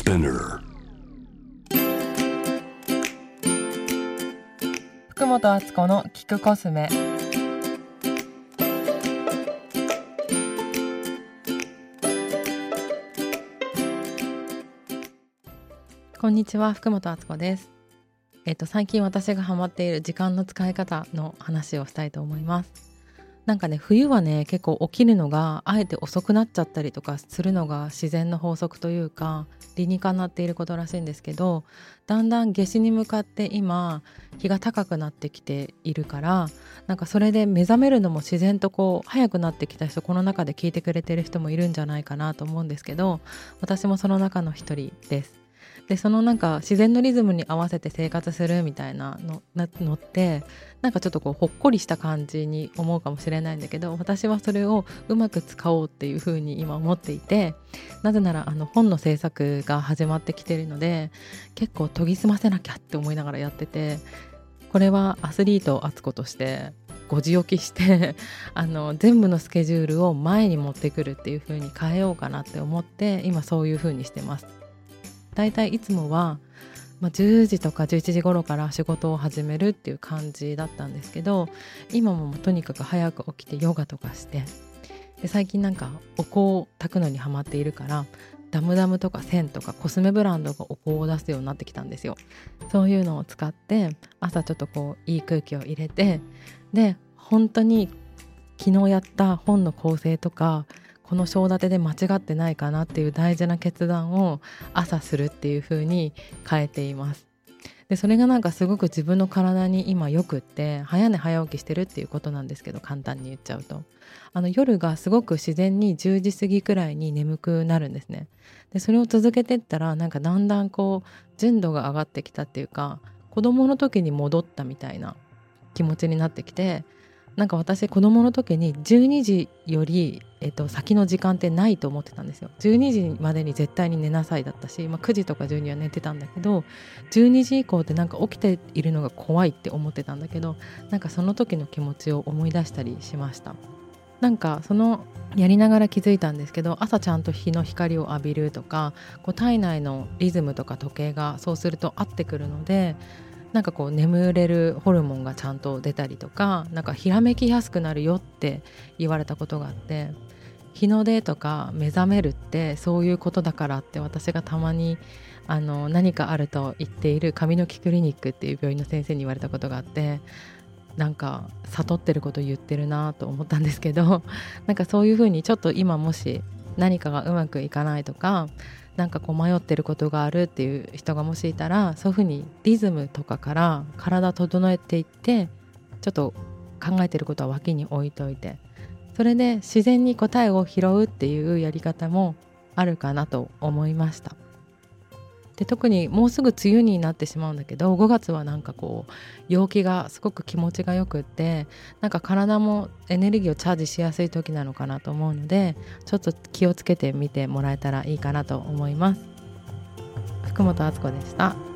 Spinner. 福本敦子の聞くコスメ。こんにちは、福本敦子です。最近私がハマっている時間の使い方の話をしたいと思います。なんかね、冬はね結構起きるのがあえて遅くなっちゃったりとかするのが自然の法則というか理にかなっていることらしいんですけど、だんだん夏至に向かって今日が高くなってきているから、なんかそれで目覚めるのも自然とこう早くなってきた人、この中で聞いてくれてる人もいるんじゃないかなと思うんですけど、私もその中の一人です。でそのなんか自然のリズムに合わせて生活するみたいなのってなんかちょっとこうほっこりした感じに思うかもしれないんだけど、私はそれをうまく使おうっていうふうに今思っていて、なぜなら本の制作が始まってきているので結構研ぎ澄ませなきゃって思いながらやってて、これはアスリート敦子として5時起きして全部のスケジュールを前に持ってくるっていう風に変えようかなって思って今そういう風にしてます。だいたいいつもは、10時とか11時頃から仕事を始めるっていう感じだったんですけど、今もとにかく早く起きてヨガとかして、で最近なんかお香を炊くのにハマっているからダムダムとかセンとかコスメブランドがお香を出すようになってきたんですよ。そういうのを使って朝ちょっとこういい空気を入れて、で本当に昨日やった本の構成とかこの章立てで間違ってないかなっていう大事な決断を朝するっていう風に変えています。でそれがなんかすごく自分の体に今よくって、早寝早起きしてるっていうことなんですけど、簡単に言っちゃうと夜がすごく自然に10時過ぎくらいに眠くなるんですね。でそれを続けてったらなんかだんだんこう純度が上がってきたっていうか、子供の時に戻ったみたいな気持ちになってきて、なんか私子供の時に12時より、先の時間ってないと思ってたんですよ。12時までに絶対に寝なさいだったし、9時とか12は寝てたんだけど、12時以降ってなんか起きているのが怖いって思ってたんだけど、なんかその時の気持ちを思い出したりしました。なんかそのやりながら気づいたんですけど、朝ちゃんと日の光を浴びるとか、こう体内のリズムとか時計がそうすると合ってくるので、なんかこう眠れるホルモンがちゃんと出たりとか、なんかひらめきやすくなるよって言われたことがあって、日の出とか目覚めるってそういうことだからって私がたまに何かあると言っている髪の毛クリニックっていう病院の先生に言われたことがあって、なんか悟ってること言ってるなと思ったんですけど、なんかそういうふうにちょっと今もし何かがうまくいかないとか、なんかこう迷ってることがあるっていう人がもしいたら、そういうふうにリズムとかから体整えていって、ちょっと考えてることは脇に置いといて、それで自然に答えを拾うっていうやり方もあるかなと思いました。で特にもうすぐ梅雨になってしまうんだけど、5月はなんかこう陽気がすごく気持ちがよくって、なんか体もエネルギーをチャージしやすい時なのかなと思うので、ちょっと気をつけてみてもらえたらいいかなと思います。福本敦子でした。